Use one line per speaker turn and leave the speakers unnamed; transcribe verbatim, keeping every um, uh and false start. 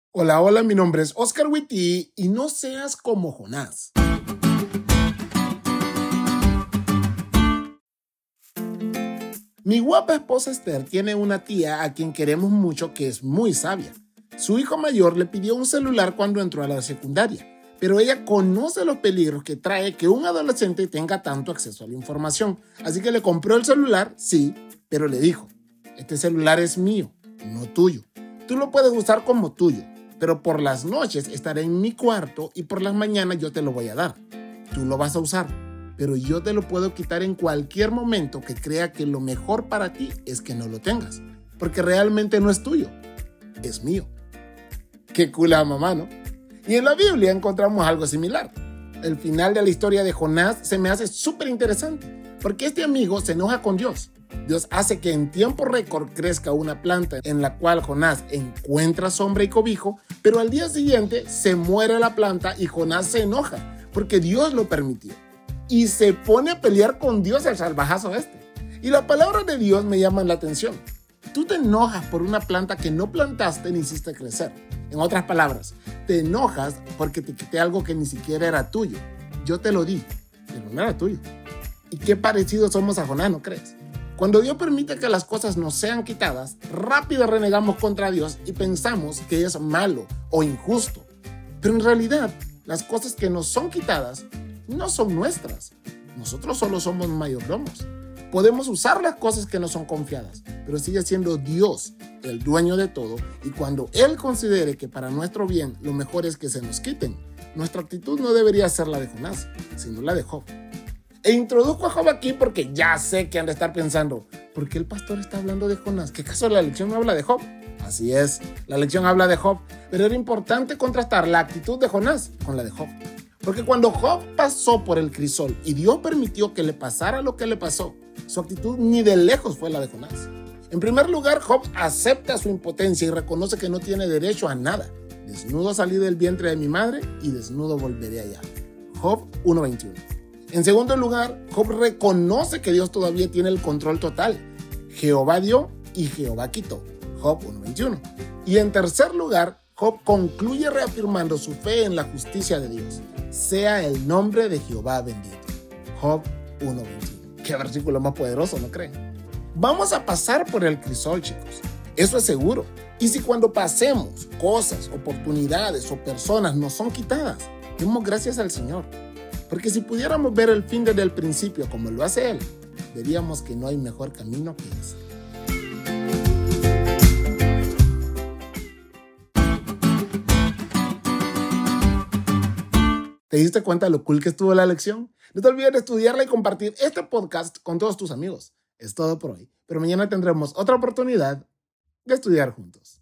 Hola, hola, mi nombre es Oscar Witty y no seas como Jonás. Mi guapa esposa Esther tiene una tía a quien queremos mucho que es muy sabia. Su hijo mayor le pidió un celular cuando entró a la secundaria, pero ella conoce los peligros que trae que un adolescente tenga tanto acceso a la información. Así que le compró el celular, sí, pero le dijo, este celular es mío, no tuyo. Tú lo puedes usar como tuyo, pero por las noches estaré en mi cuarto y por las mañanas yo te lo voy a dar. Tú lo vas a usar, pero yo te lo puedo quitar en cualquier momento que crea que lo mejor para ti es que no lo tengas, porque realmente no es tuyo, es mío. Qué cool la mamá, ¿no? Y en la Biblia encontramos algo similar. El final de la historia de Jonás se me hace súper interesante, porque este amigo se enoja con Dios. Dios hace que en tiempo récord crezca una planta en la cual Jonás encuentra sombra y cobijo, pero al día siguiente se muere la planta y Jonás se enoja, porque Dios lo permitió. Y se pone a pelear con Dios el salvajazo este. Y las palabras de Dios me llaman la atención. Tú te enojas por una planta que no plantaste ni hiciste crecer. En otras palabras, te enojas porque te quité algo que ni siquiera era tuyo. Yo te lo di, pero no era tuyo. Y qué parecidos somos a Jonás, ¿no crees? Cuando Dios permite que las cosas nos sean quitadas, rápido renegamos contra Dios y pensamos que es malo o injusto. Pero en realidad, las cosas que nos son quitadas no son nuestras. Nosotros solo somos mayordomos. Podemos usar las cosas que nos son confiadas, pero sigue siendo Dios el dueño de todo, y cuando Él considere que para nuestro bien lo mejor es que se nos quiten, nuestra actitud no debería ser la de Jonás, sino la de Job. E introduzco a Job aquí porque ya sé que han de estar pensando, ¿por qué el pastor está hablando de Jonás? ¿Qué caso la lección no habla de Job? Así es, la lección habla de Job, pero era importante contrastar la actitud de Jonás con la de Job. Porque cuando Job pasó por el crisol y Dios permitió que le pasara lo que le pasó, su actitud ni de lejos fue la de Jonás. En primer lugar, Job acepta su impotencia y reconoce que no tiene derecho a nada. Desnudo salí del vientre de mi madre y desnudo volveré allá. Job uno veintiuno. En segundo lugar, Job reconoce que Dios todavía tiene el control total. Jehová dio y Jehová quitó. Job uno veintiuno. Y en tercer lugar, Job concluye reafirmando su fe en la justicia de Dios. Sea el nombre de Jehová bendito. Job uno veintiuno. Qué versículo más poderoso, ¿no creen? Vamos a pasar por el crisol, chicos. Eso es seguro. Y si cuando pasemos, cosas, oportunidades o personas nos son quitadas, demos gracias al Señor. Porque si pudiéramos ver el fin desde el principio como lo hace Él, veríamos que no hay mejor camino que ese. ¿Te diste cuenta de lo cool que estuvo la lección? No te olvides de estudiarla y compartir este podcast con todos tus amigos. Es todo por hoy, pero mañana tendremos otra oportunidad de estudiar juntos.